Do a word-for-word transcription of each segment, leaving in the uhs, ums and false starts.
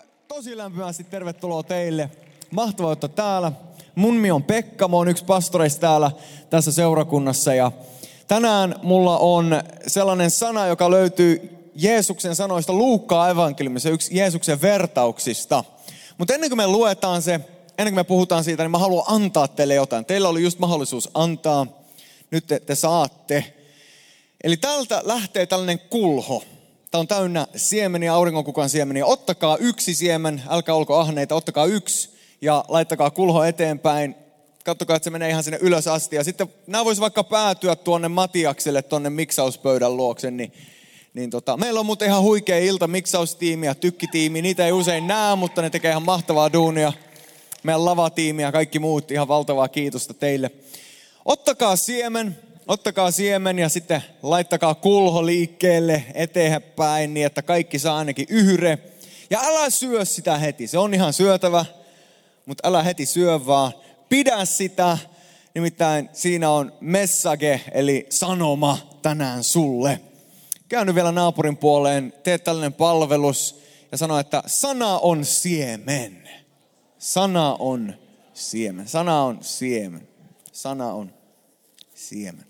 tosi lämpimästi tervetuloa teille. Mahtavaa, että täällä. Mun nimi on Pekka, mä oon yksi pastoreista täällä tässä seurakunnassa. Ja tänään mulla on sellainen sana, joka löytyy Jeesuksen sanoista Luukkaan evankeliumissa, yksi Jeesuksen vertauksista. Mutta ennen kuin me luetaan se, ennen kuin me puhutaan siitä, niin mä haluan antaa teille jotain. Teillä oli just mahdollisuus antaa, nyt te, te saatte. Eli täältä lähtee tällainen kulho. Tämä on täynnä siemeniä, auringonkukan siemeniä. Ottakaa yksi siemen, älkää olko ahneita, ottakaa yksi ja laittakaa kulho eteenpäin. Katsokaa, että se menee ihan sinne ylös asti. Ja sitten nämä voisi vaikka päätyä tuonne Matiakselle, tuonne miksauspöydän luokse. Niin, niin tota, meillä on muuten ihan huikea ilta, miksaustiimi ja tykkitiimi. Niitä ei usein näe, mutta ne tekee ihan mahtavaa duunia. Meidän lavatiimi ja kaikki muut, ihan valtavaa kiitosta teille. Ottakaa siemen. Ottakaa siemen ja sitten laittakaa kulho liikkeelle eteenpäin niin, että kaikki saa ainakin yhden. Ja älä syö sitä heti, se on ihan syötävä, mutta älä heti syö vaan. Pidä sitä, nimittäin siinä on message eli sanoma tänään sulle. Käy nyt vielä naapurin puoleen, tee tällainen palvelus ja sano, että sana on siemen. Sana on siemen, sana on siemen, sana on siemen.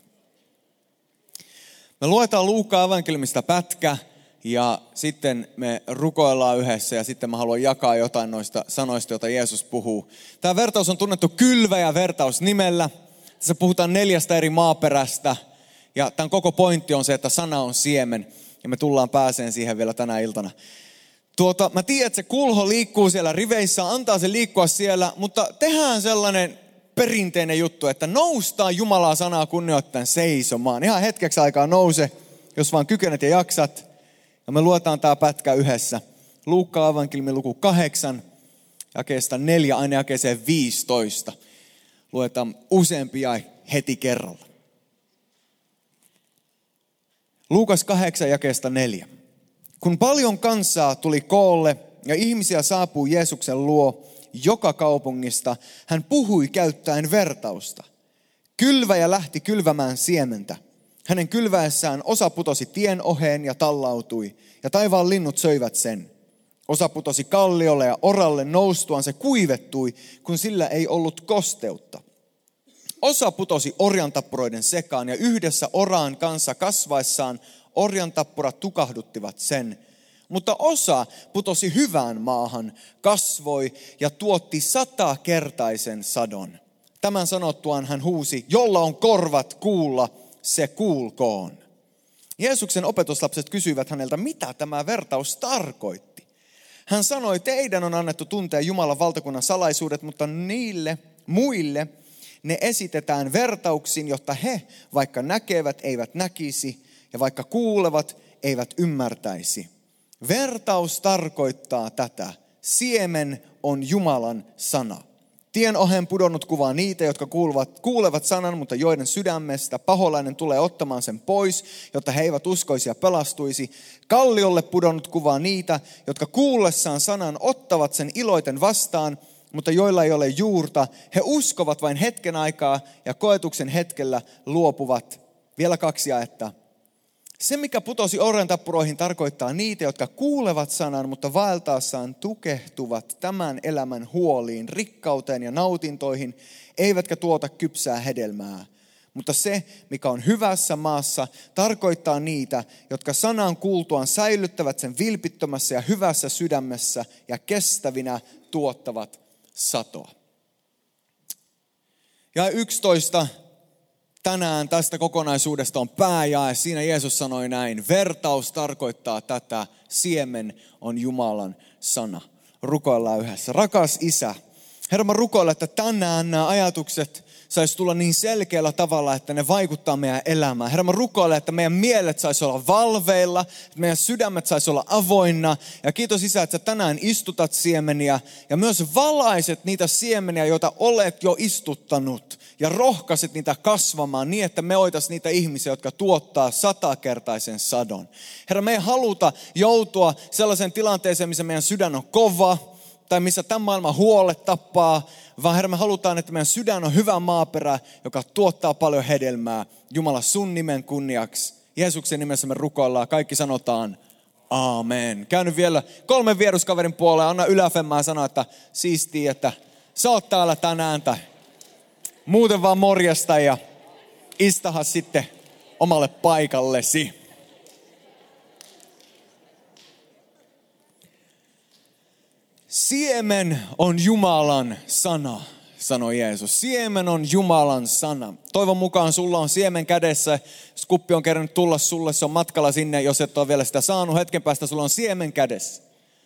Me luetaan Luukkaan evankeliumista pätkä ja sitten me rukoillaan yhdessä ja sitten mä haluan jakaa jotain noista sanoista, joita Jeesus puhuu. Tämä vertaus on tunnettu kylväjä-vertaus nimellä. Tässä puhutaan neljästä eri maaperästä ja tämän koko pointti on se, että sana on siemen ja me tullaan pääseen siihen vielä tänä iltana. Tuota, mä tiedän, että se kulho liikkuu siellä riveissä, antaa se liikkua siellä, mutta tehdään sellainen perinteinen juttu, että noustaan Jumalaa sanaa kunnioittaen seisomaan. Ihan hetkeksi aikaa nouse, jos vaan kykenet ja jaksat. Ja me luetaan tämä pätkä yhdessä. Luukkaan evankeliumin luku kahdeksan, jakeesta neljä aina jakeeseen viisitoista. Luetaan useampia heti kerralla. Luukas kahdeksan jakeesta neljä. Kun paljon kansaa tuli koolle ja ihmisiä saapui Jeesuksen luo, joka kaupungista hän puhui käyttäen vertausta. Kylväjä lähti kylvämään siementä. Hänen kylväessään osa putosi tien oheen ja tallautui, ja taivaan linnut söivät sen. Osa putosi kalliolle ja oralle noustuaan se kuivettui, kun sillä ei ollut kosteutta. Osa putosi orjantappuroiden sekaan ja yhdessä oraan kanssa kasvaessaan orjantappurat tukahduttivat sen. Mutta osa putosi hyvään maahan, kasvoi ja tuotti satakertaisen sadon. Tämän sanottuaan hän huusi, jolla on korvat kuulla, se kuulkoon. Jeesuksen opetuslapset kysyivät häneltä, mitä tämä vertaus tarkoitti. Hän sanoi, teidän on annettu tuntea Jumalan valtakunnan salaisuudet, mutta niille muille ne esitetään vertauksin, jotta he, vaikka näkevät, eivät näkisi, ja vaikka kuulevat, eivät ymmärtäisi. Vertaus tarkoittaa tätä. Siemen on Jumalan sana. Tien ohen pudonnut kuvaa niitä, jotka kuulevat, kuulevat sanan, mutta joiden sydämestä paholainen tulee ottamaan sen pois, jotta he eivät uskoisi ja pelastuisi. Kalliolle pudonnut kuvaa niitä, jotka kuullessaan sanan ottavat sen iloiten vastaan, mutta joilla ei ole juurta. He uskovat vain hetken aikaa ja koetuksen hetkellä luopuvat. Vielä kaksi jaetta. Se, mikä putosi orjantappuroihin, tarkoittaa niitä, jotka kuulevat sanan, mutta vaeltaessaan tukehtuvat tämän elämän huoliin, rikkauteen ja nautintoihin, eivätkä tuota kypsää hedelmää. Mutta se, mikä on hyvässä maassa, tarkoittaa niitä, jotka sanan kuultuaan säilyttävät sen vilpittömässä ja hyvässä sydämessä ja kestävinä tuottavat satoa. Ja yksitoista. Tänään tästä kokonaisuudesta on pääjae. Siinä Jeesus sanoi näin. Vertaus tarkoittaa tätä. Siemen on Jumalan sana. Rukoillaan yhdessä. Rakas Isä, Herra, mä rukoilen, että tänään nämä ajatukset saisi tulla niin selkeällä tavalla, että ne vaikuttaa meidän elämään. Herra, mä rukoilen, että meidän mielet saisi olla valveilla, että meidän sydämet saisi olla avoinna. Ja kiitos Isä, että sä tänään istutat siemeniä ja myös valaiset niitä siemeniä, joita olet jo istuttanut. Ja rohkaiset niitä kasvamaan niin, että me oitaisiin niitä ihmisiä, jotka tuottaa satakertaisen sadon. Herra, me ei haluta joutua sellaiseen tilanteeseen, missä meidän sydän on kova, tai missä tämän maailman huolet tappaa, vaan Herra, me halutaan, että meidän sydän on hyvä maaperä, joka tuottaa paljon hedelmää. Jumala, sun nimen kunniaksi. Jeesuksen nimessä me rukoillaan. Kaikki sanotaan Aamen. Käynyt vielä kolmen vieruskaverin puoleen, anna yläfemmää sanoa, että siistiä, että sä oot täällä tänään tai muuten vaan morjesta ja istaha sitten omalle paikallesi. Siemen on Jumalan sana, sanoi Jeesus. Siemen on Jumalan sana. Toivon mukaan sulla on siemen kädessä. Jos kuppi on kerännyt tulla sulle, se on matkalla sinne. Jos et ole vielä sitä saanut, hetken päästä sulla on siemen kädessä.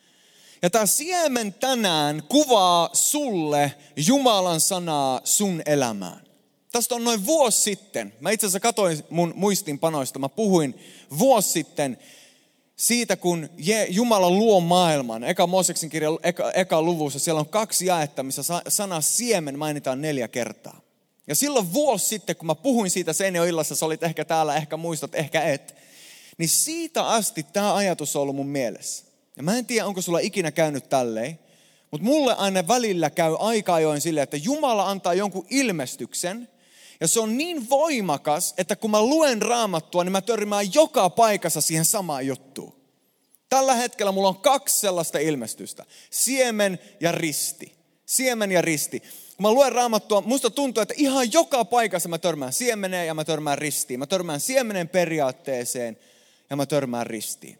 Ja tämä siemen tänään kuvaa sulle Jumalan sanaa sun elämään. Tästä on noin vuosi sitten. Mä itse asiassa katsoin mun muistinpanoista. Mä puhuin vuosi sitten siitä, kun Jumala luo maailman. Eka Mooseksen kirjan eka, eka luvussa siellä on kaksi jaetta, missä sana siemen mainitaan neljä kertaa. Ja silloin vuosi sitten, kun mä puhuin siitä Seinäjoellassa, sä olit ehkä täällä, ehkä muistat, ehkä et. Niin siitä asti tämä ajatus on ollut mun mielessä. Ja mä en tiedä, onko sulla ikinä käynyt tälleen. Mutta mulle aina välillä käy aika ajoin silleen, että Jumala antaa jonkun ilmestyksen. Ja se on niin voimakas, että kun mä luen Raamattua, niin mä törmään joka paikassa siihen samaan juttuun. Tällä hetkellä mulla on kaksi sellaista ilmestystä. Siemen ja risti. Siemen ja risti. Kun mä luen Raamattua, musta tuntuu, että ihan joka paikassa mä törmään siemeneen ja mä törmään ristiin. Mä törmään siemenen periaatteeseen ja mä törmään ristiin.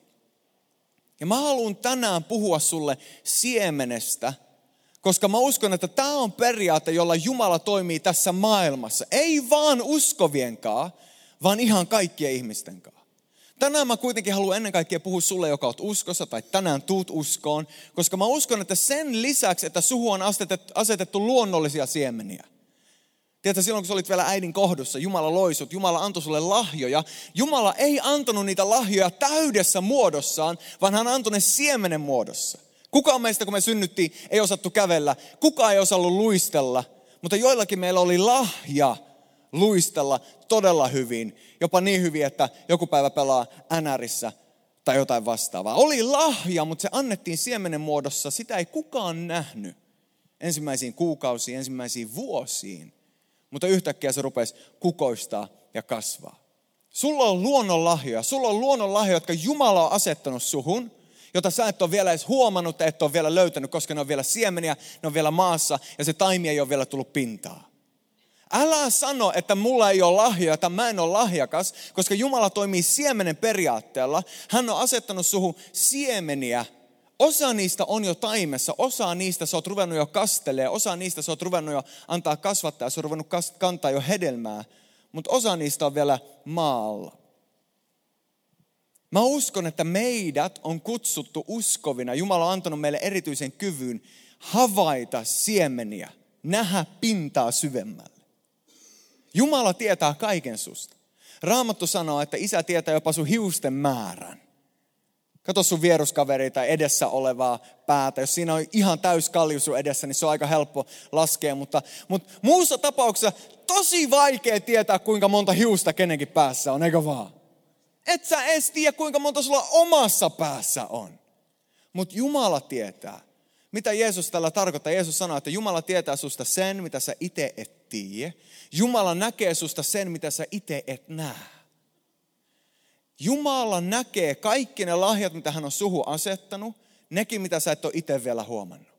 Ja mä haluan tänään puhua sulle siemenestä, koska mä uskon, että tämä on periaate, jolla Jumala toimii tässä maailmassa. Ei vaan uskovienkaan, vaan ihan kaikkien ihmisten kanssa. Tänään mä kuitenkin haluan ennen kaikkea puhua sulle, joka oot uskossa tai tänään tuut uskoon. Koska mä uskon, että sen lisäksi, että suhu on asetettu, asetettu luonnollisia siemeniä. Tiedätkö, silloin kun sä olit vielä äidin kohdussa, Jumala loi sut, Jumala antoi sulle lahjoja. Jumala ei antanut niitä lahjoja täydessä muodossaan, vaan hän antoi ne siemenen muodossa. Kukaan meistä, kun me synnyttiin, ei osattu kävellä. Kukaan ei osannut luistella. Mutta joillakin meillä oli lahja luistella todella hyvin. Jopa niin hyvin, että joku päivä pelaa N R:ssä tai jotain vastaavaa. Oli lahja, mutta se annettiin siemenen muodossa. Sitä ei kukaan nähnyt ensimmäisiin kuukausiin, ensimmäisiin vuosiin. Mutta yhtäkkiä se rupesi kukoistaa ja kasvaa. Sulla on luonnonlahjoja. Sulla on luonnonlahjoja, jotka Jumala on asettanut suhun, jota sä et ole vielä edes huomannut, et ole vielä löytänyt, koska ne on vielä siemeniä, ne on vielä maassa ja se taimi ei ole vielä tullut pintaan. Älä sano, että mulla ei ole lahjoja tai mä en ole lahjakas, koska Jumala toimii siemenen periaatteella. Hän on asettanut suhun siemeniä. Osa niistä on jo taimessa, osa niistä sä oot ruvennut jo kastelemaan, osa niistä sä oot ruvennut jo antaa kasvattaa, sä oot ruvennut kantaa jo hedelmää, mutta osa niistä on vielä maalla. Mä uskon, että meidät on kutsuttu uskovina. Jumala on antanut meille erityisen kyvyn havaita siemeniä, nähdä pintaa syvemmälle. Jumala tietää kaiken susta. Raamattu sanoo, että Isä tietää jopa sun hiusten määrän. Kato sun vieruskaveri tai edessä olevaa päätä. Jos siinä on ihan täys kalju sun edessä, niin se on aika helppo laskea. Mutta, mutta muussa tapauksessa tosi vaikea tietää, kuinka monta hiusta kenenkin päässä on, eikö vaan? Et sä edes tiedä, kuinka monta sulla omassa päässä on. Mutta Jumala tietää. Mitä Jeesus tällä tarkoittaa? Jeesus sanoo, että Jumala tietää susta sen, mitä sä itse et tiedä. Jumala näkee susta sen, mitä sä itse et näe. Jumala näkee kaikki ne lahjat, mitä hän on suhu asettanut, nekin, mitä sä et ole itse vielä huomannut.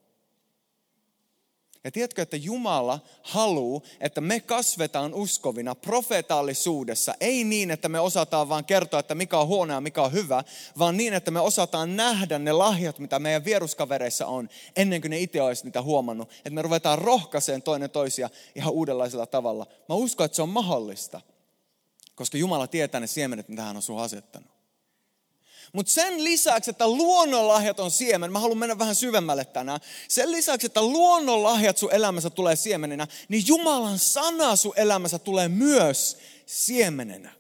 Ja tiedätkö, että Jumala haluaa, että me kasvetaan uskovina profetaallisuudessa. Ei niin, että me osataan vaan kertoa, että mikä on huono ja mikä on hyvä, vaan niin, että me osataan nähdä ne lahjat, mitä meidän vieruskavereissa on, ennen kuin ne itse olisi niitä huomannut. Että me ruvetaan rohkaiseen toinen toisia ihan uudenlaisella tavalla. Mä uskon, että se on mahdollista, koska Jumala tietää ne siemenet, mitä hän on sun asettanut. Mutta sen lisäksi, että luonnonlahjat on siemen, mä haluan mennä vähän syvemmälle tänään. Sen lisäksi, että luonnonlahjat sun elämässä tulee siemenenä, niin Jumalan sana sun elämässä tulee myös siemenenä.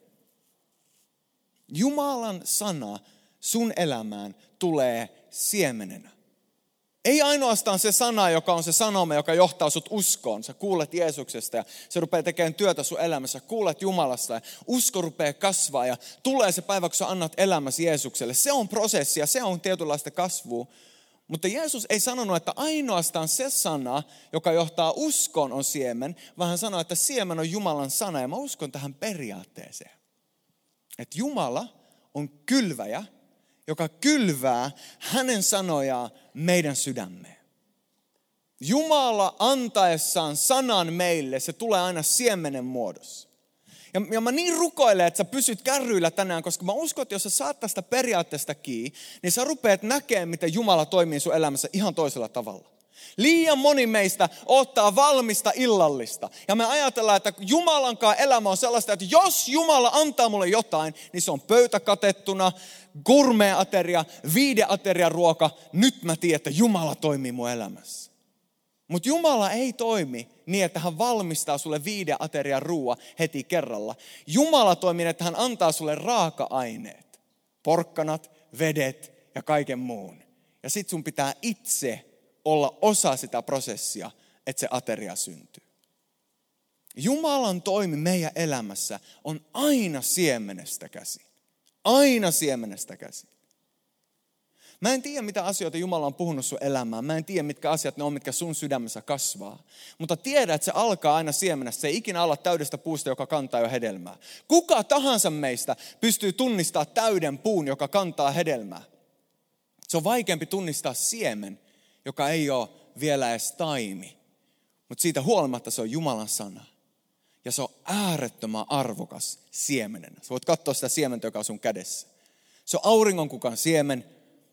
Jumalan sana sun elämään tulee siemenenä. Ei ainoastaan se sana, joka on se sanoma, joka johtaa sut uskoon. Sä kuulet Jeesuksesta ja se rupeaa tekemään työtä sun elämässä. Kuulet Jumalasta ja usko rupeaa kasvaa ja tulee se päivä, kun sä annat elämäsi Jeesukselle. Se on prosessi ja se on tietynlaista kasvua. Mutta Jeesus ei sanonut, että ainoastaan se sana, joka johtaa uskoon, on siemen, vaan hän sanoi, että siemen on Jumalan sana. Ja mä uskon tähän periaatteeseen. Että Jumala on kylväjä joka kylvää hänen sanojaan meidän sydämeen. Jumala antaessaan sanan meille, se tulee aina siemenen muodossa. Ja, ja mä niin rukoilen, että sä pysyt kärryillä tänään, koska mä uskon, että jos sä saat tästä periaatteesta kiinni, niin sä rupeat näkemään, miten Jumala toimii sun elämässä ihan toisella tavalla. Liian moni meistä ottaa valmista illallista. Ja me ajatellaan, että Jumalankaan elämä on sellaista, että jos Jumala antaa mulle jotain, niin se on pöytä katettuna, gourmet-ateria, viideateria ruoka. Nyt mä tiedän, että Jumala toimii mun elämässä. Mutta Jumala ei toimi niin, että hän valmistaa sulle viiden aterian ruoan heti kerralla. Jumala toimii, että hän antaa sulle raaka-aineet, porkkanat, vedet ja kaiken muun. Ja sit sun pitää itse olla osa sitä prosessia, että se ateria syntyy. Jumalan toimi meidän elämässä on aina siemenestä käsin. Aina siemenestä käsin. Mä en tiedä, mitä asioita Jumala on puhunut sun elämään. Mä en tiedä, mitkä asiat ne on, mitkä sun sydämessä kasvaa. Mutta tiedä, että se alkaa aina siemenestä. Se ei ikinä olla täydestä puusta, joka kantaa jo hedelmää. Kuka tahansa meistä pystyy tunnistamaan täyden puun, joka kantaa hedelmää. Se on vaikeampi tunnistaa siemen, joka ei ole vielä edes taimi. Mutta siitä huolimatta se on Jumalan sana. Ja se on äärettömän arvokas siemenenä. Sä voit katsoa sitä siementä, joka on sun kädessä. Se on auringonkukan siemen.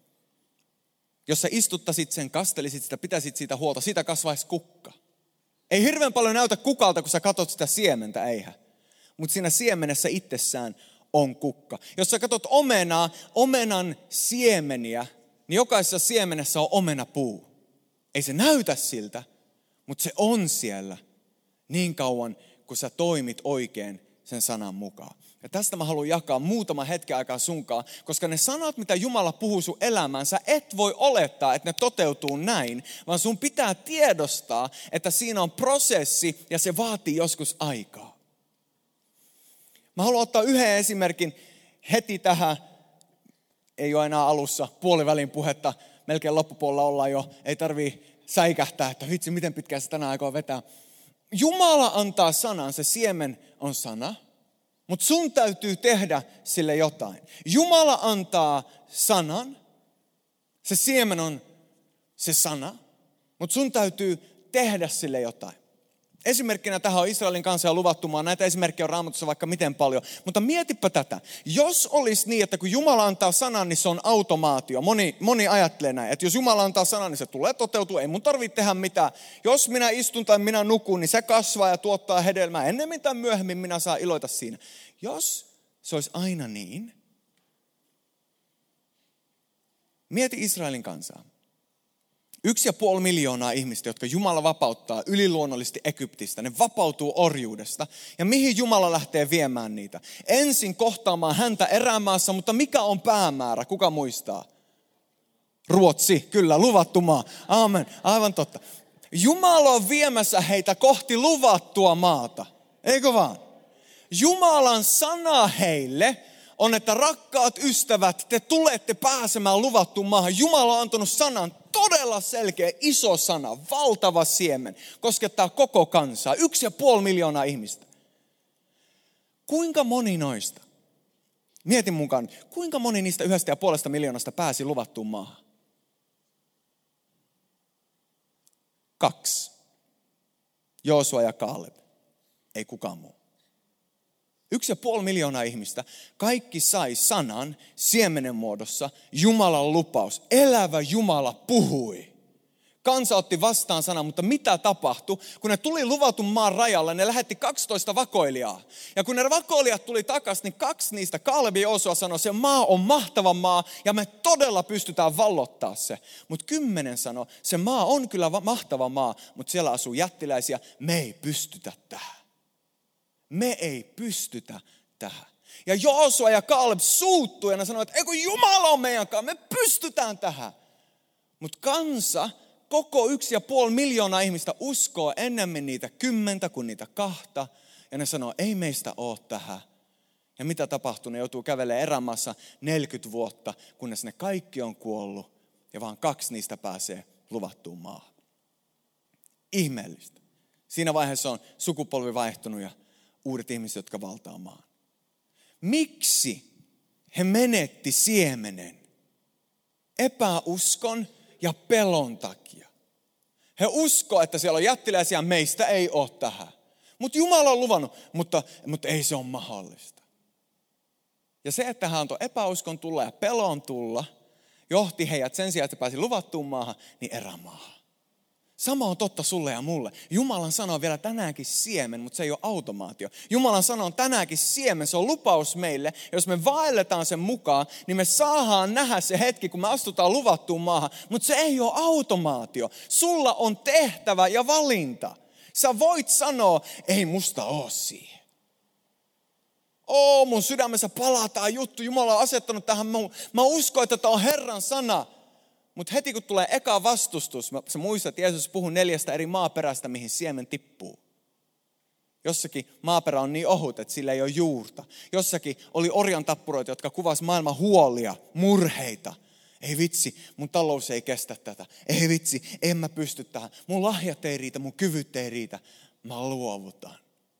Jos sä istuttaisit sen, kastelisit sitä, pitäisit siitä huolta, siitä kasvaisi kukka. Ei hirveän paljon näytä kukalta, kun sä katot sitä siementä, eihän. Mutta siinä siemenessä itsessään on kukka. Jos sä katot omenaa, omenan siemeniä, niin jokaisessa siemenessä on omenapuu. Ei se näytä siltä, mutta se on siellä niin kauan, kun sä toimit oikein sen sanan mukaan. Ja tästä mä haluan jakaa muutama hetken aikaa sunkaan, koska ne sanat, mitä Jumala puhuu sun elämänsä, et voi olettaa, että ne toteutuu näin, vaan sun pitää tiedostaa, että siinä on prosessi ja se vaatii joskus aikaa. Mä haluan ottaa yhden esimerkin heti tähän, ei ole enää alussa, puolivälin puhetta, melkein loppupuolella ollaan jo, ei tarvii säikähtää, että vitsi, miten pitkään se tänään aikoo vetää. Jumala antaa sanan, se siemen on sana. Mutta sun täytyy tehdä sille jotain. Jumala antaa sanan. Se siemen on se sana. Mutta sun täytyy tehdä sille jotain. Esimerkkinä tähän on Israelin kanssa luvattu maa. Näitä esimerkkejä on Raamatussa vaikka miten paljon. Mutta mietipä tätä. Jos olisi niin, että kun Jumala antaa sanan, niin se on automaatio. Moni, moni ajattelee näin, että jos Jumala antaa sanan, niin se tulee toteutua. Ei mun tarvitse tehdä mitään. Jos minä istun tai minä nukun, niin se kasvaa ja tuottaa hedelmää. Ennemmin tai myöhemmin minä saan iloita siinä. Jos se olisi aina niin, mieti Israelin kansaa. Yksi ja puoli miljoonaa ihmistä, jotka Jumala vapauttaa yliluonnollisesti Egyptistä. Ne vapautuu orjuudesta. Ja mihin Jumala lähtee viemään niitä? Ensin kohtaamaan häntä erämaassa, mutta mikä on päämäärä? Kuka muistaa? Ruotsi, kyllä, luvattu maa. Aamen, aivan totta. Jumala on viemässä heitä kohti luvattua maata. Eikö vaan? Jumalan sana heille on, että rakkaat ystävät, te tulette pääsemään luvattuun maahan. Jumala on antanut sanan, todella selkeä, iso sana, valtava siemen, koskettaa koko kansaa, yksi ja puoli miljoonaa ihmistä. Kuinka moni noista, mietin mukaan, kuinka moni niistä yhdestä ja puolesta miljoonasta pääsi luvattuun maahan? Kaksi. Joosua ja Kaaleb, ei kukaan muu. Yksi ja puoli miljoonaa ihmistä, kaikki sai sanan siemenen muodossa, Jumalan lupaus. Elävä Jumala puhui. Kansa otti vastaan sanan, mutta mitä tapahtui? Kun ne tuli luvatun maan rajalle, ne lähetti kaksitoista vakoilijaa. Ja kun ne vakoilijat tuli takaisin, niin kaksi niistä, Kaaleb ja Joosua, sanoi, se maa on mahtava maa ja me todella pystytään vallottaa se. Mutta kymmenen sanoi, se maa on kyllä mahtava maa, mutta siellä asuu jättiläisiä, me ei pystytä tähän. Me ei pystytä tähän. Ja Joosua ja Kaaleb suuttui ja ne sanoi, että eikö Jumala on meidän kanssa, me pystytään tähän. Mutta kansa, koko yksi ja puoli miljoonaa ihmistä uskoo enemmän niitä kymmentä kuin niitä kahta. Ja ne sanoo, ei meistä ole tähän. Ja mitä tapahtuu? Ne joutuu kävelemään erämaassa neljäkymmentä vuotta, kunnes ne kaikki on kuollut. Ja vaan kaksi niistä pääsee luvattuun maahan. Ihmeellistä. Siinä vaiheessa on sukupolvi vaihtunut ja uudet ihmiset, jotka valtaa maan. Miksi he menetti siemenen? epäuskon ja pelon takia. He uskoo, että siellä on jättiläisiä, meistä ei ole tähän. Mutta Jumala on luvannut, mutta, mutta ei se ole mahdollista. Ja se, että hän antoi epäuskon tulla ja pelon tulla, johti heidät sen sijaan, että pääsi luvattuun maahan, niin erämaahan. Sama on totta sulle ja mulle. Jumalan sana on vielä tänäänkin siemen, mutta se ei ole automaatio. Jumalan sana on tänäänkin siemen, se on lupaus meille. Jos me vaelletaan sen mukaan, niin me saadaan nähdä se hetki, kun me astutaan luvattuun maahan. Mutta se ei ole automaatio. Sulla on tehtävä ja valinta. Sä voit sanoa, ei musta ole siihen. Oo, mun sydämessä palataan juttu. Jumala on asettanut tähän. Mä uskon, että tämä on Herran sana. Mutta heti kun tulee eka vastustus, sä muistat, että Jeesus puhui neljästä eri maaperästä, mihin siemen tippuu. Jossakin maaperä on niin ohut, että sillä ei ole juurta. Jossakin oli orjan tappuroita, jotka kuvasi maailman huolia, murheita. Ei vitsi, mun talous ei kestä tätä. Ei vitsi, en mä pysty tähän. Mun lahjat ei riitä, mun kyvyt ei riitä. Mä luovutan.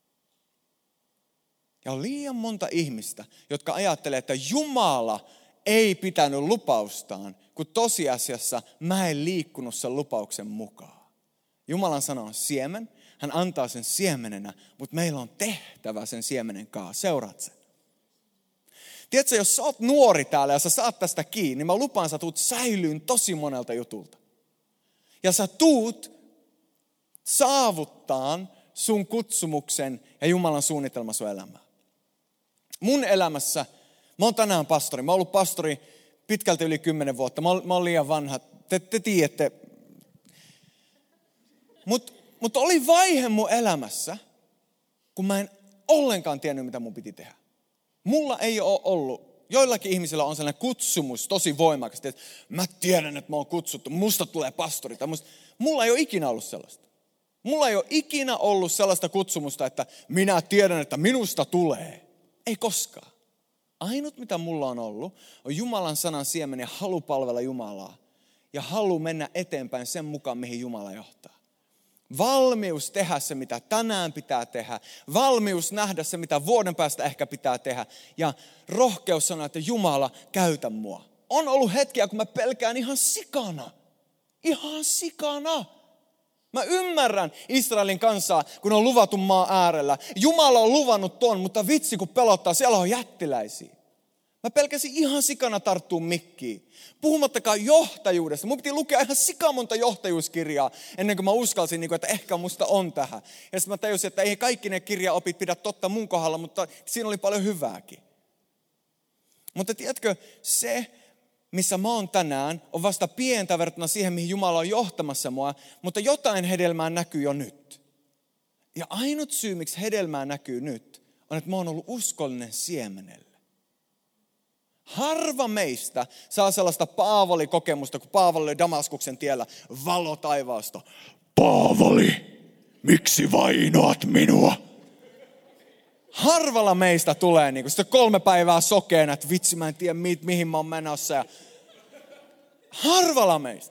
Ja on liian monta ihmistä, jotka ajattelee, että Jumala ei pitänyt lupaustaan, kun tosiasiassa mä en liikkunut sen lupauksen mukaan. Jumalan sana on siemen, hän antaa sen siemenenä, mutta meillä on tehtävä sen siemenen kanssa. Seuraat sen. Tiedätkö, jos sä oot nuori täällä ja sä saat tästä kiinni, niin mä lupaan, sä tuut säilyyn tosi monelta jutulta. Ja sä tuut saavuttaan sun kutsumuksen ja Jumalan suunnitelma sun elämään. Mun elämässä, mä oon tänään pastori, mä oon ollut pastori pitkälti yli kymmenen vuotta, mä oon, mä oon liian vanha, te, te tiedätte. Mutta mut oli vaihe mun elämässä, kun mä en ollenkaan tiennyt, mitä mun piti tehdä. Mulla ei ole ollut, joillakin ihmisillä on sellainen kutsumus tosi voimakasta, että mä tiedän, että mä oon kutsuttu, musta tulee pastori. Tai musta. Mulla ei ole ikinä ollut sellaista. Mulla ei ole ikinä ollut sellaista kutsumusta, että minä tiedän, että minusta tulee. Ei koskaan. Ainut, mitä mulla on ollut, on Jumalan sanan siemen ja halu palvella Jumalaa. Ja halu mennä eteenpäin sen mukaan, mihin Jumala johtaa. Valmius tehdä se, mitä tänään pitää tehdä. Valmius nähdä se, mitä vuoden päästä ehkä pitää tehdä. Ja rohkeus sanoa, että Jumala, käytä mua. On ollut hetkiä, kun mä pelkään ihan sikana. Ihan sikana. Mä ymmärrän Israelin kansaa, kun on luvatun maan äärellä. Jumala on luvannut ton, mutta vitsi kun pelottaa, siellä on jättiläisiä. Mä pelkäsin ihan sikana tarttua mikkiin. Puhumattakaan johtajuudesta. Mun piti lukea ihan sikamonta johtajuuskirjaa ennen kuin mä uskalsin, että ehkä musta on tähän. Ja sitten mä tajusin, että ei kaikki ne kirjaopit pidä totta mun kohdalla, mutta siinä oli paljon hyvääkin. Mutta tiedätkö, se missä mä oon tänään, on vasta pientä verrattuna siihen, mihin Jumala on johtamassa mua, mutta jotain hedelmää näkyy jo nyt. Ja ainut syy, miksi hedelmää näkyy nyt, on, että mä oon ollut uskollinen siemenelle. Harva meistä saa sellaista Paavali-kokemusta, kun Paavali oli Damaskuksen tiellä, valo taivaasta. Paavali, miksi vainoat minua? Harvalla meistä tulee niin kuin sitä kolme päivää sokeena, että vitsi mä en tiedä mi- mihin mä oon menossa. Ja harvalla meistä.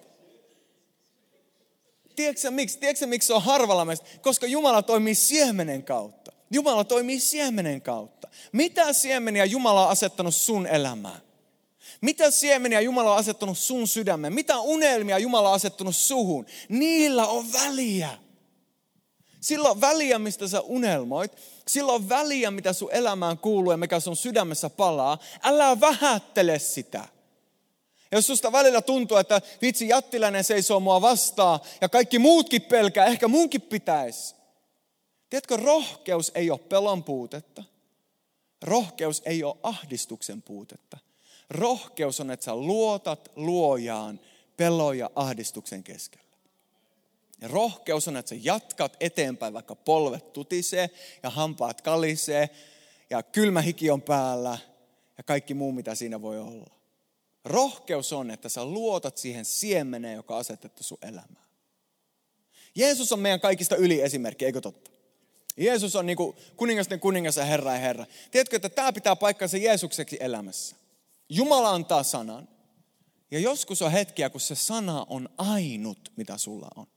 Tiedätkö miksi? Tiedätkö miksi se on harvalla meistä? Koska Jumala toimii siemenen kautta. Jumala toimii siemenen kautta. Mitä siemeniä Jumala on asettanut sun elämään? Mitä siemeniä Jumala on asettanut sun sydämeen? Mitä unelmia Jumala on asettanut suhun? Niillä on väliä. Sillä on väliä, mistä sä unelmoit. Sillä on väliä, mitä sun elämään kuuluu ja mikä sun sydämessä palaa. Älä vähättele sitä. Ja jos susta välillä tuntuu, että vitsi jättiläinen seisoo mua vastaan ja kaikki muutkin pelkää, ehkä munkin pitäisi. Tiedätkö, rohkeus ei ole pelon puutetta. Rohkeus ei ole ahdistuksen puutetta. Rohkeus on, että sä luotat luojaan pelon ja ahdistuksen keskellä. Ja rohkeus on, että sä jatkat eteenpäin, vaikka polvet tutisee ja hampaat kalisee ja kylmä hiki on päällä ja kaikki muu, mitä siinä voi olla. Rohkeus on, että sä luotat siihen siemeneen, joka on asetettu sun elämään. Jeesus on meidän kaikista yliesimerkki, eikö totta? Jeesus on niin kuin kuningasten kuningas ja Herra ja Herra. Tiedätkö, että tämä pitää paikkansa Jeesukseksi elämässä. Jumala antaa sanan. Ja joskus on hetkiä, kun se sana on ainut, mitä sulla on.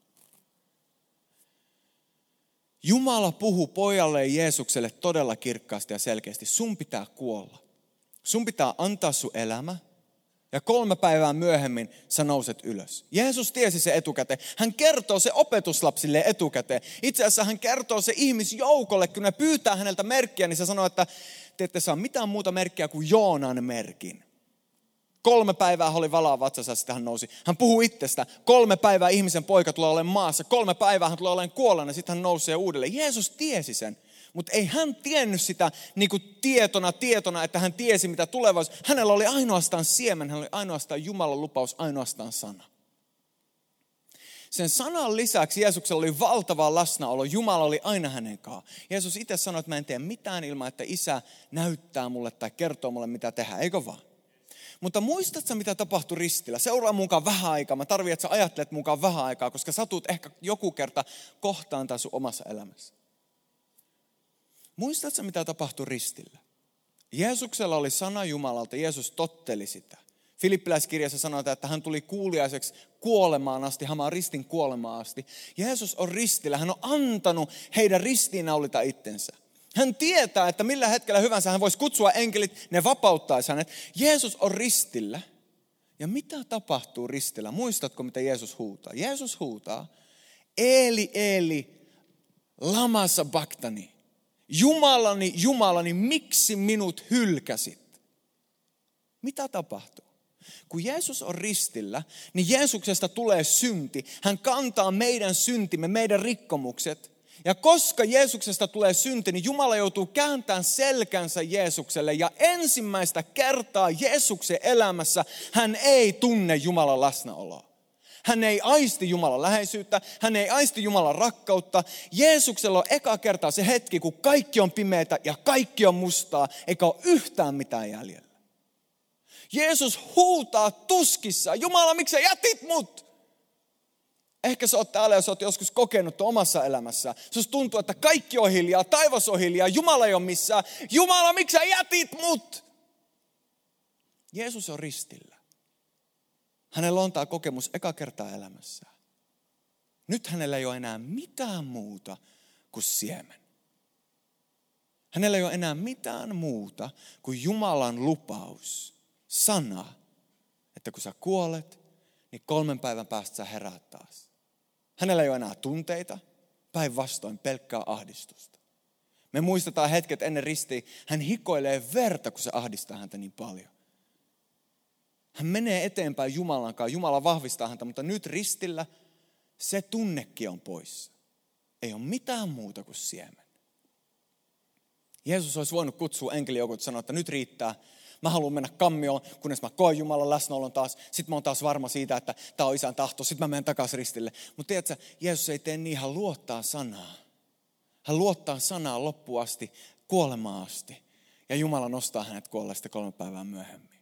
Jumala puhuu pojalle ja Jeesukselle todella kirkkaasti ja selkeästi. Sun pitää kuolla. Sun pitää antaa sun elämä. Ja kolme päivää myöhemmin sä nouset ylös. Jeesus tiesi se etukäteen. Hän kertoo se opetuslapsille etukäteen. Itse asiassa hän kertoo se ihmisjoukolle, kun ne pyytää häneltä merkkiä, niin se sanoo, että te ette saa mitään muuta merkkiä kuin Joonan merkin. Kolme päivää oli valaa vatsassa, sitten hän nousi. Hän puhuu itsestä. Kolme päivää ihmisen poika tulee olemaan maassa. Kolme päivää hän tulee olemaan kuolleena, sitten hän nousee uudelleen. Jeesus tiesi sen. Mutta ei hän tiennyt sitä niin kuin tietona, tietona, että hän tiesi mitä tulevaisuus. Hänellä oli ainoastaan siemen, hänellä oli ainoastaan Jumalan lupaus, ainoastaan sana. Sen sanan lisäksi Jeesuksella oli valtava läsnäolo. Jumala oli aina hänen kanssaan. Jeesus itse sanoi, että mä en tee mitään ilman, että Isä näyttää mulle tai kertoo mulle mitä tehdä, eikö vaan? Mutta muistatko mitä tapahtui ristillä? Seuraa mukaan vähän aikaa. Mä tarvitsen, että sä ajattelet mukaan vähän aikaa, koska sä tulet ehkä joku kerta kohtaan tai sun omassa elämässä. Muistatko mitä tapahtui ristillä? Jeesuksella oli sana Jumalalta, Jeesus totteli sitä. Filippiläiskirjassa sanotaan, että hän tuli kuuliaiseksi kuolemaan asti, hamaan ristin kuolemaan asti. Jeesus on ristillä, hän on antanut heidän ristiinnaulita itsensä. Hän tietää, että millä hetkellä hyvänsä hän voisi kutsua enkelit, ne vapauttaisi hänet. Jeesus on ristillä. Ja mitä tapahtuu ristillä? Muistatko, mitä Jeesus huutaa? Jeesus huutaa, Eeli, Eeli, lama sabachthani. Jumalani, Jumalani, miksi minut hylkäsit? Mitä tapahtuu? Kun Jeesus on ristillä, niin Jeesuksesta tulee synti. Hän kantaa meidän syntimme, meidän rikkomukset. Ja koska Jeesuksesta tulee synti, niin Jumala joutuu kääntämään selkänsä Jeesukselle. Ja ensimmäistä kertaa Jeesuksen elämässä hän ei tunne Jumalan läsnäoloa. Hän ei aisti Jumalan läheisyyttä, hän ei aisti Jumalan rakkautta. Jeesuksella on eka kertaa se hetki, kun kaikki on pimeätä ja kaikki on mustaa, eikä ole yhtään mitään jäljellä. Jeesus huutaa tuskissaan, Jumala, miksi sä jätit mut? Ehkä sä oot täällä ja sä oot joskus kokenut tuon omassa elämässä. Susta tuntuu, että kaikki on hiljaa, taivas on hiljaa, Jumala ei ole missään. Jumala, miksi sä jätit mut? Jeesus on ristillä. Hänellä on tämä kokemus eka kertaa elämässään. Nyt hänellä ei ole enää mitään muuta kuin siemen. Hänellä ei ole enää mitään muuta kuin Jumalan lupaus, sana, että kun sä kuolet, niin kolmen päivän päästä sä heräät taas. Hänellä ei ole enää tunteita, päinvastoin pelkkää ahdistusta. Me muistetaan hetket ennen ristiä, hän hikoilee verta, kun se ahdistaa häntä niin paljon. Hän menee eteenpäin Jumalan kanssa, Jumala vahvistaa häntä, mutta nyt ristillä se tunnekin on poissa. Ei ole mitään muuta kuin siemen. Jeesus olisi voinut kutsua enkelijoukot ja sanoa, että nyt riittää. Mä haluan mennä kammioon, kunnes mä koen Jumalan läsnäolon taas. Sitten mä oon taas varma siitä, että tämä on Isän tahto. Sitten mä menen takaisin ristille. Mutta tiedätkö, Jeesus ei tee niin, hän luottaa sanaa. Hän luottaa sanaa loppuun asti, kuolemaan asti. Ja Jumala nostaa hänet kuolleesta kolme päivää myöhemmin.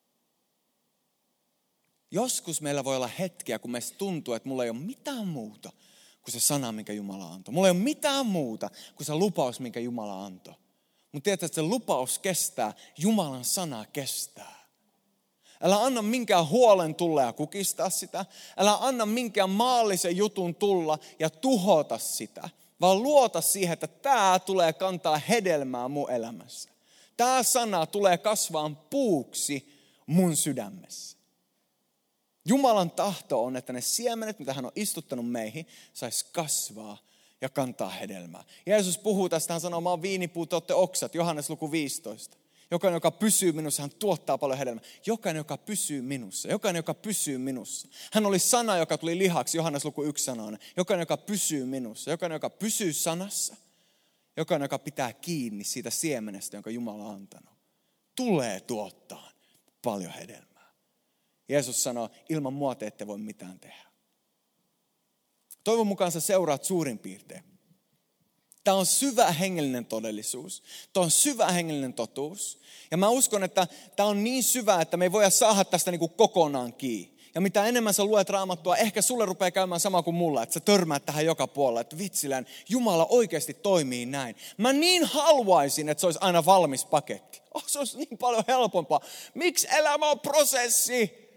Joskus meillä voi olla hetkiä, kun meistä tuntuu, että mulla ei ole mitään muuta kuin se sana, minkä Jumala antoi. Mulla ei ole mitään muuta kuin se lupaus, minkä Jumala antoi. Mutta tiedätkö, että se lupaus kestää, Jumalan sana kestää. Älä anna minkään huolen tulla ja kukistaa sitä. Älä anna minkään maallisen jutun tulla ja tuhota sitä. Vaan luota siihen, että tämä tulee kantaa hedelmää mun elämässä. Tämä sana tulee kasvaa puuksi mun sydämessä. Jumalan tahto on, että ne siemenet, mitä hän on istuttanut meihin, saisi kasvaa ja kantaa hedelmää. Jeesus puhuu tästä, hän sanoo, mä oon viinipuu, te ootte oksat, Johannes luku viisitoista. Jokainen, joka pysyy minussa, hän tuottaa paljon hedelmää. Jokainen, joka pysyy minussa, jokainen, joka pysyy minussa. Hän oli sana, joka tuli lihaksi, Johannes luku yksi sanoinen. Jokainen, joka pysyy minussa, jokainen, joka pysyy sanassa. Jokainen, joka pitää kiinni siitä siemenestä, jonka Jumala on antanut. Tulee tuottaa paljon hedelmää. Jeesus sanoo, ilman mua te ette voi mitään tehdä. Toivon mukaan sä seuraat suurin piirtein. Tämä on syvä hengellinen todellisuus. Tämä on syvä hengellinen totuus. Ja mä uskon, että tämä on niin syvä, että me ei voida saada tästä niin kuin kokonaan kiinni. Ja mitä enemmän sä luet Raamattua, ehkä sulle rupeaa käymään sama kuin mulla, että sä törmäät tähän joka puolella, että vitsilän, Jumala oikeasti toimii näin. Mä niin haluaisin, että se olisi aina valmis paketti. Oh, se olisi niin paljon helpompaa. Miksi elämä on prosessi?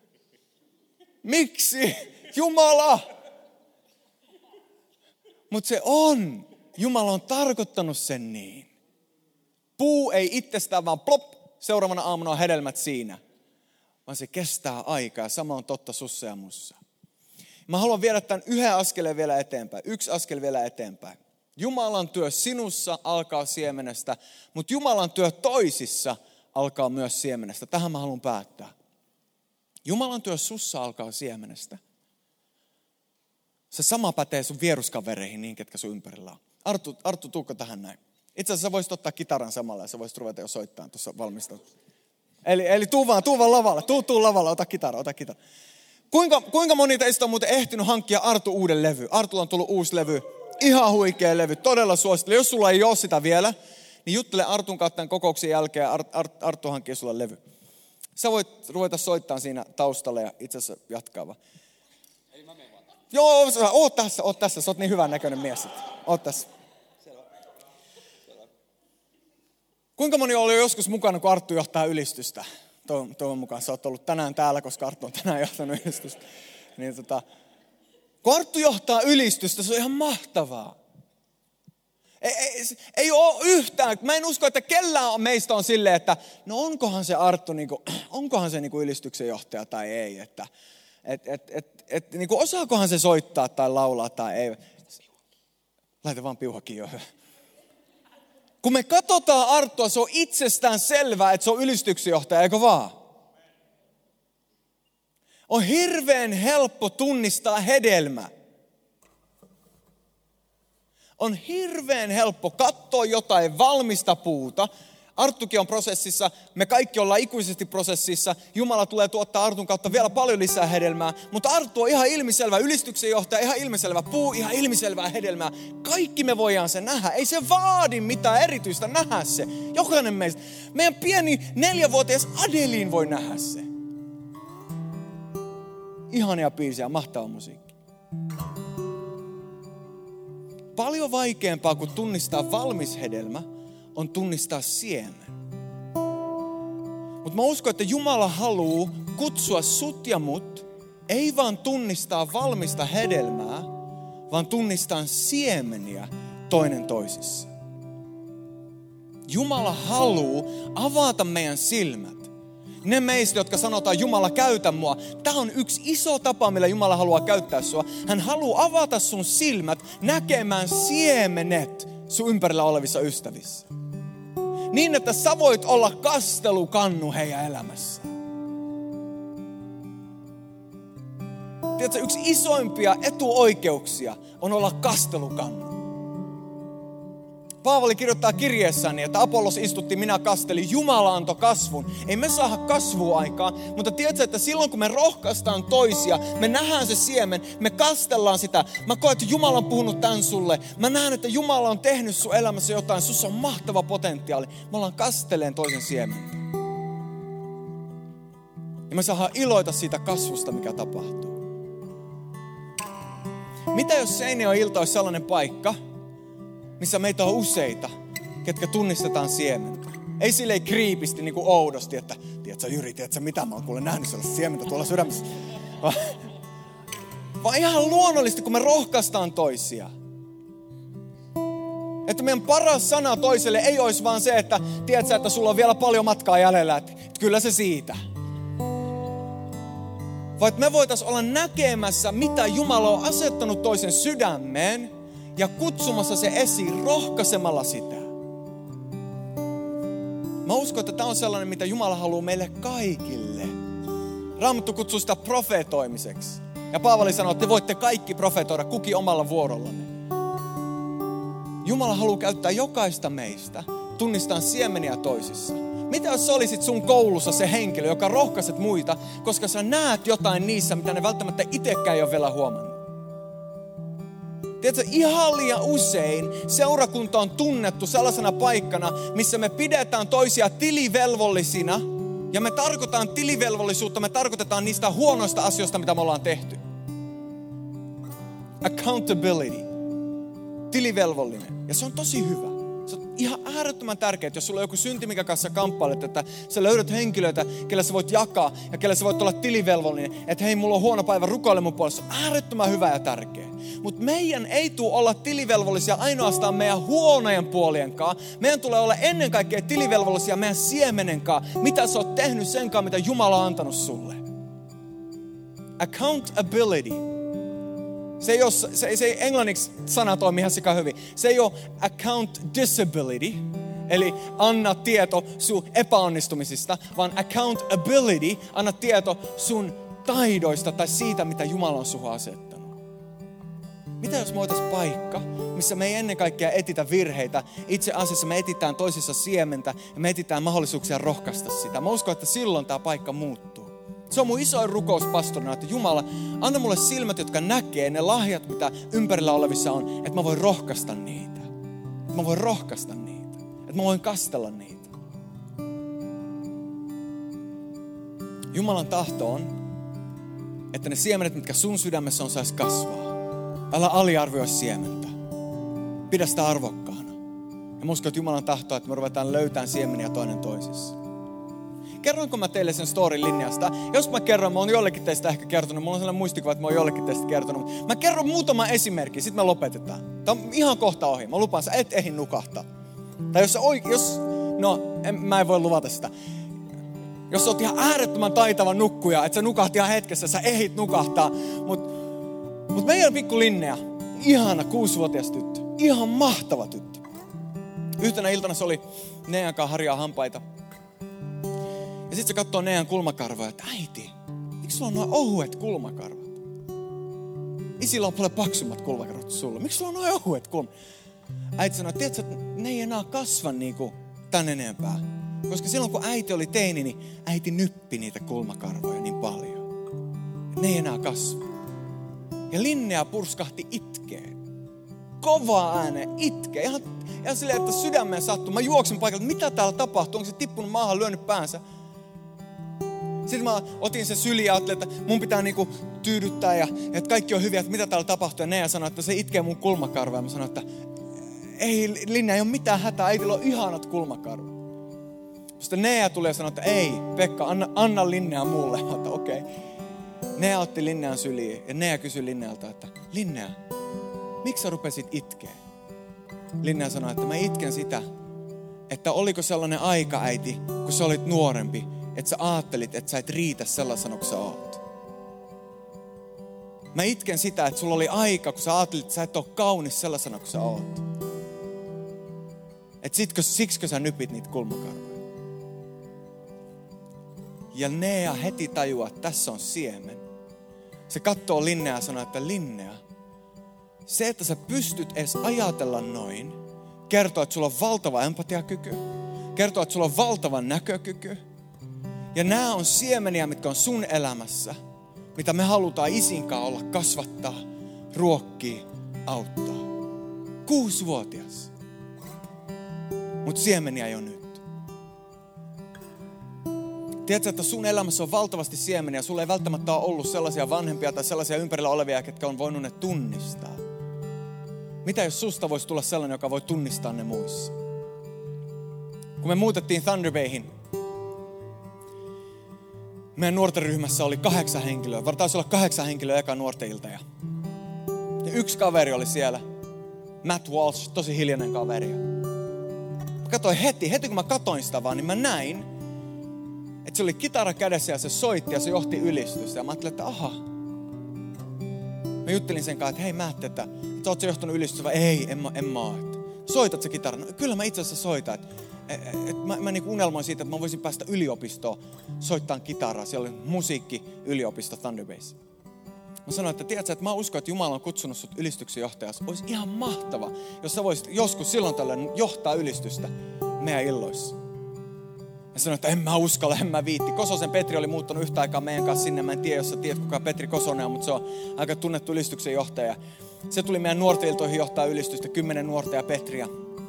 Miksi? Jumala! Mutta se on. Jumala on tarkoittanut sen niin. Puu ei itsestään vaan plop, seuraavana aamuna on hedelmät siinä. vaan se kestää aikaa. Sama on totta sussa ja mussa. Mä haluan viedä tämän yhden askeleen vielä eteenpäin. Yksi askel vielä eteenpäin. Jumalan työ sinussa alkaa siemenestä, mutta Jumalan työ toisissa alkaa myös siemenestä. Tähän mä haluan päättää. Jumalan työ sussa alkaa siemenestä. Se sama pätee sun vieruskavereihin, niin ketkä sun ympärillä on. Arttu, Arttu, tuukko tähän näin? Itse asiassa sä voisit ottaa kitaran samalla ja sä voisit ruveta jo soittamaan tuossa valmistautua. Eli, eli tuu vaan, tuu vaan lavalle, tuu, tuu lavalle, ota kitara, ota kitara. Kuinka, kuinka moni teistä on muuten ehtinyt hankkia Arttu uuden levy? Artulla on tullut uusi levy, ihan huikea levy, todella suosittelen. Jos sulla ei ole sitä vielä, niin juttele Artun kautta tämän kokouksen jälkeen ja Art, Art, Arttu hankkii sulle levy. Sä voit ruveta soittamaan siinä taustalla ja itse asiassa jatkaa vaan. Eli mä menen vaan. Joo, sä, oot tässä, oot tässä, sä oot niin hyvän näköinen mies. Oot tässä. Selvä. Selvä. Kuinka moni oli joskus mukana, kun Arttu johtaa ylistystä? Toivon mukaan sä oot ollut tänään täällä, koska Arttu on tänään johtanut ylistystä. Niin, tota, kun Arttu johtaa ylistystä, se on ihan mahtavaa. Ei, ei, ei ole yhtään, mä en usko, että kellään meistä on silleen, että no onkohan se Arttu, niin kuin, onkohan se niin kuin ylistyksen johtaja tai ei. Että et, et, et, et, niin kuin osaakohan se soittaa tai laulaa tai ei. Laita vaan piuhakin jo. Kun me katsotaan Arttua, se on itsestään selvää, että se on ylistyksen johtaja, eikö vaan? On hirveän helppo tunnistaa hedelmä. On hirveän helppo katsoa jotain valmista puuta. Arttukin on prosessissa, me kaikki ollaan ikuisesti prosessissa. Jumala tulee tuottaa Artun kautta vielä paljon lisää hedelmää. Mutta Arttu on ihan ilmiselvä ylistyksen johtaja, ihan ilmiselvä puu, ihan ilmiselvää hedelmää. Kaikki me voidaan se nähdä. Ei se vaadi mitään erityistä nähdä se. Jokainen meistä. Meidän pieni neljävuotias Adelin voi nähdä se. Ihania biisiä, mahtava musiikki. Paljon vaikeampaa kuin tunnistaa valmis hedelmä on tunnistaa siemen. Mutta mä uskon, että Jumala haluaa kutsua sut ja mut, ei vaan tunnistaa valmista hedelmää, vaan tunnistaa siemeniä toinen toisissa. Jumala haluaa avata meidän silmät. Ne meistä, jotka sanotaan, Jumala käytä mua. Tämä on yksi iso tapa, millä Jumala haluaa käyttää sua. Hän haluaa avata sun silmät näkemään siemenet sun ympärillä olevissa ystävissä. Niin, että sä voit olla kastelukannu heidän elämässä. Tiedätkö, yksi isoimpia etuoikeuksia on olla kastelukannu. Paavali kirjoittaa kirjeessään, että Apollos istutti, minä kastelin, Jumala antoi kasvun. Ei me saada kasvua aikaan, mutta tiedätkö, että silloin kun me rohkaistaan toisia, me nähdään se siemen, me kastellaan sitä. Mä koen, että Jumala on puhunut tämän sulle. Mä näen, että Jumala on tehnyt sun elämässä jotain, sussa on mahtava potentiaali. Me ollaan kasteleen toisen siemen. Ja me saadaan iloita siitä kasvusta, mikä tapahtuu. Mitä jos Seinäjoen ilta olisi sellainen paikka, missä meitä on useita, ketkä tunnistetaan siementä. Ei silleen kriipisti, niin kuin oudosti, että tiedätkö Jyri, tiedätkö mitä mä oon kuule nähnyt sellaista siementä tuolla sydämessä. Va- Vaan ihan luonnollisesti, kun me rohkaistaan toisia. Että meidän paras sana toiselle ei olisi vaan se, että tiedätkö, että sulla on vielä paljon matkaa jäljellä, että kyllä se siitä. Vaan että me voitaisiin olla näkemässä, mitä Jumala on asettanut toisen sydämeen, ja kutsumassa se esiin, rohkaisemalla sitä. Mä uskon, että tämä on sellainen, mitä Jumala haluaa meille kaikille. Raamattu kutsuu sitä profeetoimiseksi. Ja Paavali sanoo, että te voitte kaikki profetoida, kukin omalla vuorollanne. Jumala haluaa käyttää jokaista meistä, tunnistaa siemeniä toisissa. Mitä jos sä olisit sun koulussa se henkilö, joka rohkaiset muita, koska sä näet jotain niissä, mitä ne välttämättä itsekään ei ole vielä huomannut. Tiedätkö, ihan liian usein seurakunta on tunnettu sellaisena paikkana, missä me pidetään toisia tilivelvollisina. Ja me tarkoitetaan tilivelvollisuutta, me tarkoitetaan niistä huonoista asioista, mitä me ollaan tehty. Accountability. Tilivelvollinen. Ja se on tosi hyvä. Se on ihan äärettömän tärkeää, että jos sulla on joku synti, mikä kanssa kamppailet, että sä löydät henkilöitä, kelle sä voit jakaa ja kelle sä voit olla tilivelvollinen. Että hei, mulla on huono päivä, rukoile mun puolesta. Se on äärettömän hyvä ja tärkeä. Mutta meidän ei tule olla tilivelvollisia ainoastaan meidän huonojen puolien kanssa. Meidän tulee olla ennen kaikkea tilivelvollisia meidän siemenen kanssa. Mitä sä oot tehnyt sen kanssa, mitä Jumala on antanut sulle. Accountability. Se ei, ole, se, se ei englanniksi sana toimi ihan sika hyvin. Se ei ole account disability, eli anna tieto sun epäonnistumisista, vaan accountability, anna tieto sun taidoista tai siitä, mitä Jumala on suhun asettanut. Mitä jos me voitaisiin paikka, missä me ei ennen kaikkea etitä virheitä, itse asiassa me etitään toisissa siementä ja me etitään mahdollisuuksia rohkaista sitä. Mä uskon, että silloin tämä paikka muuttuu. Se on mun isoin rukous pastorina, että Jumala, anna mulle silmät, jotka näkee ne lahjat, mitä ympärillä olevissa on, että mä voin rohkaista niitä. Että mä voin rohkaista niitä. Että mä voin kastella niitä. Jumalan tahto on, että ne siemenet, mitkä sun sydämessä on, sais kasvaa. Älä aliarvioi siementä. Pidä sitä arvokkaana. Ja mä uskon, että Jumalan tahto, että me ruvetaan löytämään siemeniä toinen toisessa. Kerronko mä teille sen storin linjasta? Jos mä kerron, mä oon jollekin teistä ehkä kertonut. Mulla on sellainen muistikuva, että mä oon jollekin teistä kertonut. Mä kerron muutama esimerkki, sit me lopetetaan. Tää on ihan kohta ohi. Mä lupaan, sä et ehdi nukahtaa. Tai jos sä oike, jos, no en, mä en voi luvata sitä. Jos sä oot ihan äärettömän taitava nukkuja, että sä nukahti ihan hetkessä, sä ehdit nukahtaa. Mut, mut meidän pikku Linnea, ihana kuusivuotias tyttö, ihan mahtava tyttö. Yhtenä iltana se oli Nean kanssa harjaa hampaita. Ja sit se katsoo Nean kulmakarvoja, että äiti, miksi sulla on noin ohuet kulmakarvat? Isillä on paljon paksummat kulmakarvat sulla. Miksi sulla on noin ohuet kulmakarvat? Äiti sanoi, tiedätkö, että ne ei enää kasva niinku tän enempää. Koska silloin kun äiti oli teini, niin äiti nyppi niitä kulmakarvoja niin paljon. Ne ei enää kasva. Ja Linnea purskahti itkeen. Kovaa ääneen itkee. Ihan, ihan silleen, että sydämeen sattuu. Mä juoksin paikalta, mitä täällä tapahtuu? Onko se tippunut maahan, lyönyt päänsä? Sitten mä otin se syliin ja ajattelin, että mun pitää niinku tyydyttää ja että kaikki on hyviä, että mitä täällä tapahtuu. Ja Nea sanoi, että se itkee mun kulmakarvoja. Ja mä sanoin, että ei Linnea, ei ole mitään hätää, äitillä on ihanat kulmakarvat. Sitten Nea tuli ja sanoi, että ei Pekka, anna, anna Linnea mulle. Mä otin, okei. Okay. Nea otti Linnean syliin ja Nea kysyi Linnealta, että Linnea, miksi sä rupesit itkeä? Linnea sanoi, että mä itken sitä, että oliko sellainen aika, äiti, kun sä olit nuorempi, että sä ajattelit, että sä et riitä sellaisena kuin sä oot. Mä itken sitä, että sulla oli aika, kun sä ajattelit, että sä et ole kaunis sellaisena kuin sä oot. Että sitkö, siksikö sä nypit niitä kulmakarvoja. Ja Nea heti tajuaa, että tässä on siemen. Se katsoo Linnea ja sanoo, että Linnea, se, että sä pystyt edes ajatella noin, kertoo, että sulla on valtava empatiakyky, kertoo, että sulla on valtava näkökyky. Ja nämä on siemeniä, mitkä on sun elämässä, mitä me halutaan isinkaan olla, kasvattaa, ruokkii, auttaa. Kuusivuotias. Mutta siemeniä ei ole nyt. Tiedätkö, että sun elämässä on valtavasti siemeniä. Sulla ei välttämättä ole ollut sellaisia vanhempia tai sellaisia ympärillä olevia, ketkä on voinut ne tunnistaa. Mitä jos susta voisi tulla sellainen, joka voi tunnistaa ne muissa? Kun me muutettiin Thunder Bayhin, meidän nuorten ryhmässä oli kahdeksan henkilöä. Taisi olla kahdeksan henkilöä eka nuorten ilta. Ja yksi kaveri oli siellä. Matt Walsh, tosi hiljainen kaveri. Mä katsoin heti, heti kun mä katsoin sitä vaan, niin mä näin, että se oli kitara kädessä ja se soitti ja se johti ylistystä. Ja mä ajattelin, että aha. Mä juttelin sen kanssa, että hei Matt, että, että ootko johtanut ylistystä vai ei, en mä, en mä oo. Soitat sä kitaran? No, kyllä mä itse asiassa soitan. Että, et mä, mä niinku unelmoin siitä, että mä voisin päästä yliopistoon soittamaan kitaraa. Siellä oli musiikki yliopisto Thunder Bayssä. Mä sanoin, että tiedätkö, että mä uskon, että Jumala on kutsunut sut ylistyksen johtajaksi. Olisi ihan mahtava, jos sä voisit joskus silloin tällöin johtaa ylistystä meidän illoissa. Mä sanoin, että en mä uskalla, en mä viitti. Kososen Petri oli muuttanut yhtä aikaa meidän kanssa sinne. Mä en tiedä, jos sä tiedät, kuka Petri Kosonen on, mutta se on aika tunnettu ylistyksen johtaja. Se tuli meidän nuorten iltoihin johtaa ylistystä, kymmenen nuorta ja Petriä.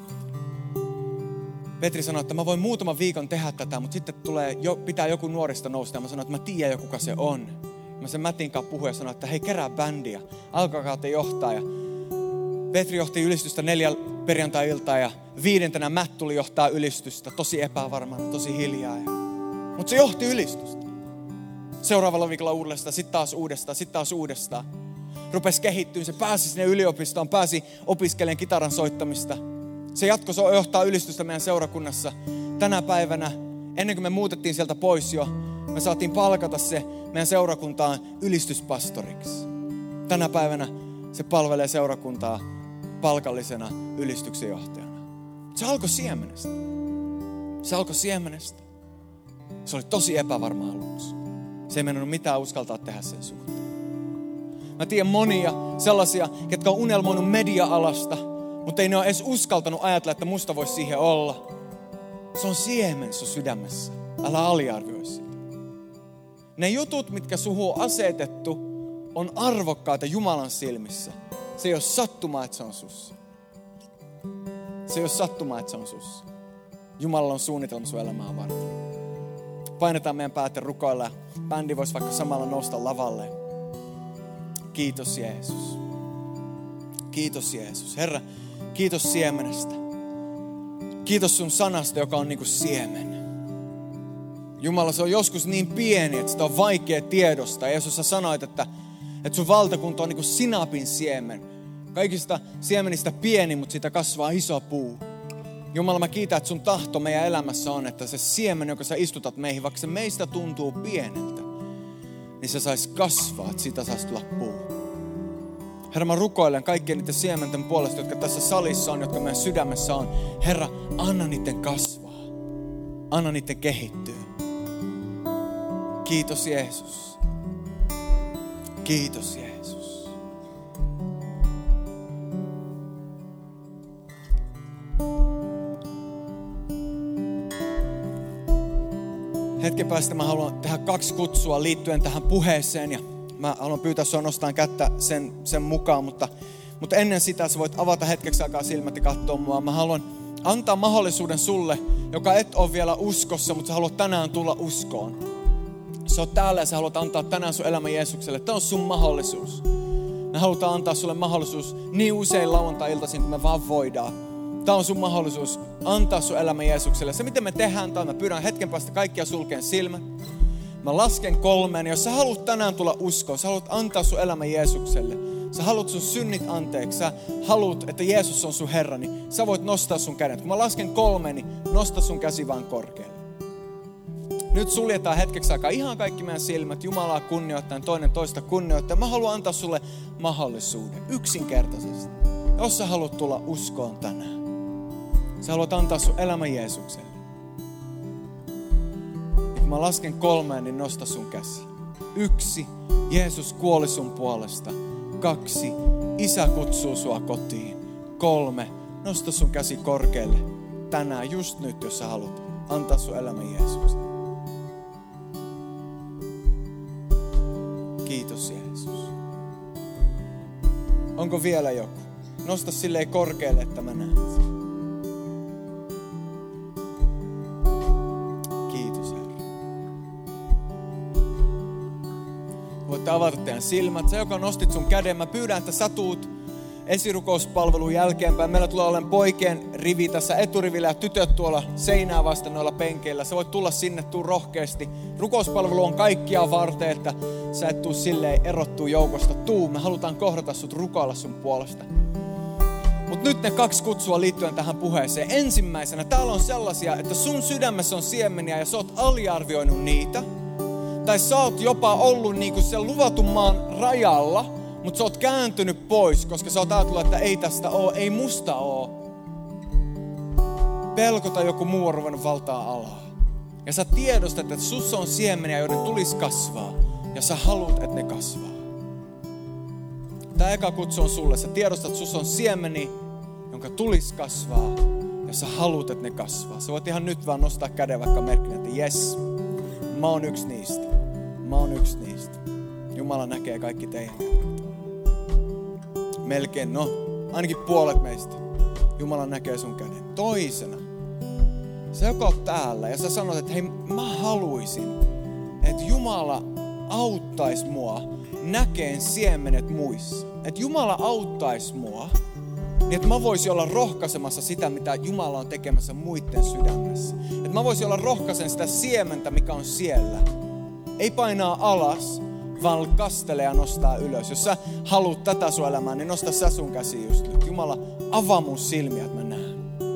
Petri sanoi, että mä voin muutaman viikon tehdä tätä, mutta sitten tulee, jo, pitää joku nuorista nousta. Ja mä sanoin, että mä tiedän jo, kuka se on. Mä sen Mätin kanssa puhuin ja sanoin, että hei, kerää bändiä. Alkakaa te johtaa. Ja Petri johti ylistystä neljä perjantai-iltaa ja viidentenä Matt tuli johtaa ylistystä. Tosi epävarmana, tosi hiljaa. Ja... Mutta se johti ylistystä. Seuraavalla viikolla uudestaan, sitten taas uudestaan, sitten taas uudestaan. rupesi kehittyä. Se pääsi sinne yliopistoon, pääsi opiskelemaan kitaran soittamista. Se jatkoi johtaa ylistystä meidän seurakunnassa. Tänä päivänä, ennen kuin me muutettiin sieltä pois jo, me saatiin palkata se meidän seurakuntaan ylistyspastoriksi. Tänä päivänä se palvelee seurakuntaa palkallisena ylistyksen johtajana. Se alkoi siemenestä. Se alkoi siemenestä. Se oli tosi epävarma aluksi. Se ei mennyt mitään uskaltaa tehdä sen suhteen. Mä tiedän monia sellaisia, jotka on unelmoinut media-alasta, mutta ei ne ole edes uskaltanut ajatella, että musta voisi siihen olla. Se on siemen sun sydämessä. Älä aliarvioi sitä. Ne jutut, mitkä suhun on asetettu, on arvokkaita Jumalan silmissä. Se ei ole sattumaa, että se on sussa. Se ei ole sattumaa, että se on sussa. Jumalalla on suunnitelma sun elämää varten. Painetaan meidän päät ja rukoilla. Bändi voisi vaikka samalla nousta lavalle. Kiitos Jeesus. Kiitos Jeesus. Herra, kiitos siemenestä. Kiitos sun sanasta, joka on niinku siemen. Jumala, se on joskus niin pieni, että sitä on vaikea tiedostaa. Jeesus, sä sanoit, että, että sun valtakunta on niinku sinapin siemen. Kaikista siemenistä pieni, mutta siitä kasvaa iso puu. Jumala, mä kiitän, että sun tahto meidän elämässä on, että se siemen, joka sä istutat meihin, vaikka se meistä tuntuu pieneltä, niin se saisi kasvaa, että siitä saisi tulla puu. Herra, mä rukoilen kaikkien niiden siementen puolesta, jotka tässä salissa on, jotka meidän sydämessä on. Herra, anna niiden kasvaa. Anna niiden kehittyä. Kiitos Jeesus. Kiitos Jeesus. Hetken päästä mä haluan tehdä kaksi kutsua liittyen tähän puheeseen ja mä haluan pyytää sua nostamaan kättä sen, sen mukaan, mutta, mutta ennen sitä sä voit avata hetkeksi aikaa silmät ja katsoa mua. Mä haluan antaa mahdollisuuden sulle, joka et ole vielä uskossa, mutta sä haluat tänään tulla uskoon. Sä oot täällä ja sä haluat antaa tänään sun elämä Jeesukselle. Tämä on sun mahdollisuus. Me halutaan antaa sulle mahdollisuus niin usein lauantai-iltaisin kuin me vaan voidaan. Tämä on sun mahdollisuus antaa sun elämä Jeesukselle. Se miten me tehdään tai mä pyydän hetken päästä kaikkia sulkeen silmät. Mä lasken kolmeen. Jos sä haluat tänään tulla uskoon, sä haluat antaa sun elämä Jeesukselle. Sä haluat sun synnit anteeksi. Sä haluat, että Jeesus on sun Herra, niin sä voit nostaa sun kädet. Kun mä lasken kolmeen, niin nosta sun käsi vaan korkealle. Nyt suljetaan hetkeksi aikaa ihan kaikki meidän silmät. Jumalaa kunnioittaen, toinen toista kunnioittaen. Mä haluan antaa sulle mahdollisuuden. Yksinkertaisesti. Jos sä haluat tulla uskoon tänään. Sä haluat antaa sun elämä Jeesukselle. Ja kun mä lasken kolmeen, niin nosta sun käsi. Yksi, Jeesus kuoli sun puolesta. Kaksi, Isä kutsuu sua kotiin. Kolme, nosta sun käsi korkealle. Tänään, just nyt, jos sä haluat antaa sun elämä Jeesukselle. Kiitos Jeesus. Onko vielä joku? Nosta silleen korkealle, että mä näen sen. Kiitos Herra. Voitte avata teidän silmät. Sä, joka nostit sun käden, mä pyydän, että sä tuut esirukouspalvelun jälkeenpäin. Meillä tulee olemaan poikien rivi tässä eturivillä ja tytöt tuolla seinää vasten noilla penkeillä. Sä voit tulla sinne, tuu rohkeasti. Rukouspalvelu on kaikkia varten, että sä et tuu silleen erottua joukosta. Tuu, me halutaan kohdata sut, rukoilla sun puolesta. Mut nyt ne kaksi kutsua liittyen tähän puheeseen. Ensimmäisenä, täällä on sellaisia, että sun sydämessä on siemeniä ja sä oot aliarvioinut niitä. Tai sä oot jopa ollut niinku sen luvatun maan rajalla, mutta sä oot kääntynyt pois, koska sä oot ajatellut, että ei tästä oo, ei musta oo. Pelko tai joku muu on ruvennut valtaa alaa. Ja sä tiedostat, että sussa on siemeniä, joiden tulisi kasvaa. Ja sä haluat, että ne kasvaa. Tää eka kutsu on sulle. Sä tiedostat, että sussa on siemeni, jonka tulisi kasvaa. Ja sä haluat, että ne kasvaa. Sä voit ihan nyt vaan nostaa käden vaikka merkkinä, että jes, mä oon yksi niistä. Mä oon yksi niistä. Jumala näkee kaikki teidän kädet. Melkein, no, ainakin puolet meistä. Jumala näkee sun käden. Toisena, sä joka oot täällä ja sä sanot, että hei, mä haluisin, että Jumala auttaisi mua näkeen siemenet muissa. Että Jumala auttaisi mua, niin että mä voisin olla rohkaisemassa sitä, mitä Jumala on tekemässä muiden sydämessä. Että mä voisin olla rohkaisen sitä siementä, mikä on siellä. Ei painaa alas, vaan kastelee ja nostaa ylös. Jos sä haluat tätä sun elämään, niin nosta sä sun käsi just nyt. Jumala, avaa mun silmiä, että mä näen.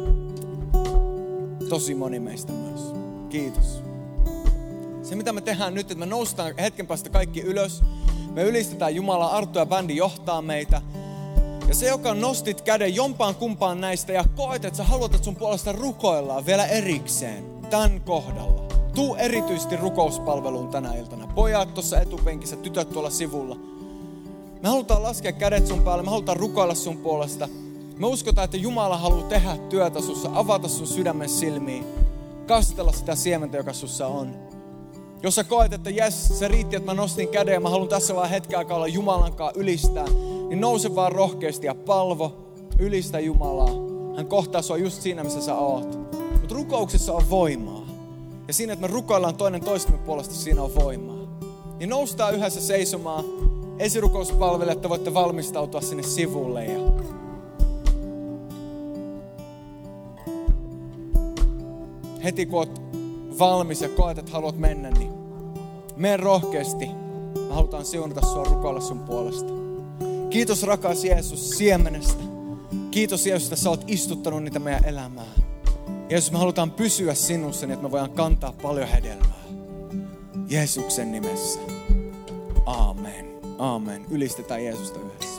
Tosi moni meistä myös. Kiitos. Se mitä me tehdään nyt, että me noustaan hetken päästä kaikki ylös. Me ylistetään Jumala, Arttu ja bändi johtaa meitä. Ja se, joka nostit käden jompaan kumpaan näistä ja koet, että sä haluat, että sun puolesta rukoillaan vielä erikseen tämän kohdalla. Tuu erityisesti rukouspalveluun tänä iltana. Pojat tuossa etupenkissä, tytöt tuolla sivulla. Me halutaan laskea kädet sun päälle, me halutaan rukoilla sun puolesta. Me uskotaan, että Jumala haluaa tehdä työtä sussa, avata sun sydämen silmiin, kastella sitä siementä, joka sussa on. Jos sä koet, että jes, se riitti, että mä nostin käden ja mä haluan tässä vaan hetken aikaa olla Jumalankaan ylistää, niin nouse vaan rohkeasti ja palvo, ylistä Jumalaa. Hän kohtaa sua just siinä, missä sä oot. Mutta rukouksessa on voimaa. Ja siinä, että me rukoillaan toinen toistemme puolesta, siinä on voimaa. Niin noustaan yhdessä seisomaan. Esirukouspalvelijat, että voitte valmistautua sinne sivulle. Ja heti kun oot valmis ja koet, että haluat mennä, niin mene rohkeasti. Me halutaan siunata sua, rukoilla sun puolesta. Kiitos rakas Jeesus siemenestä. Kiitos Jeesus, että sä oot istuttanut niitä meidän elämää. Jeesus, me halutaan pysyä sinussa niin, että me voidaan kantaa paljon hedelmää. Jeesuksen nimessä. Aamen. Aamen. Ylistetään Jeesusta yhdessä.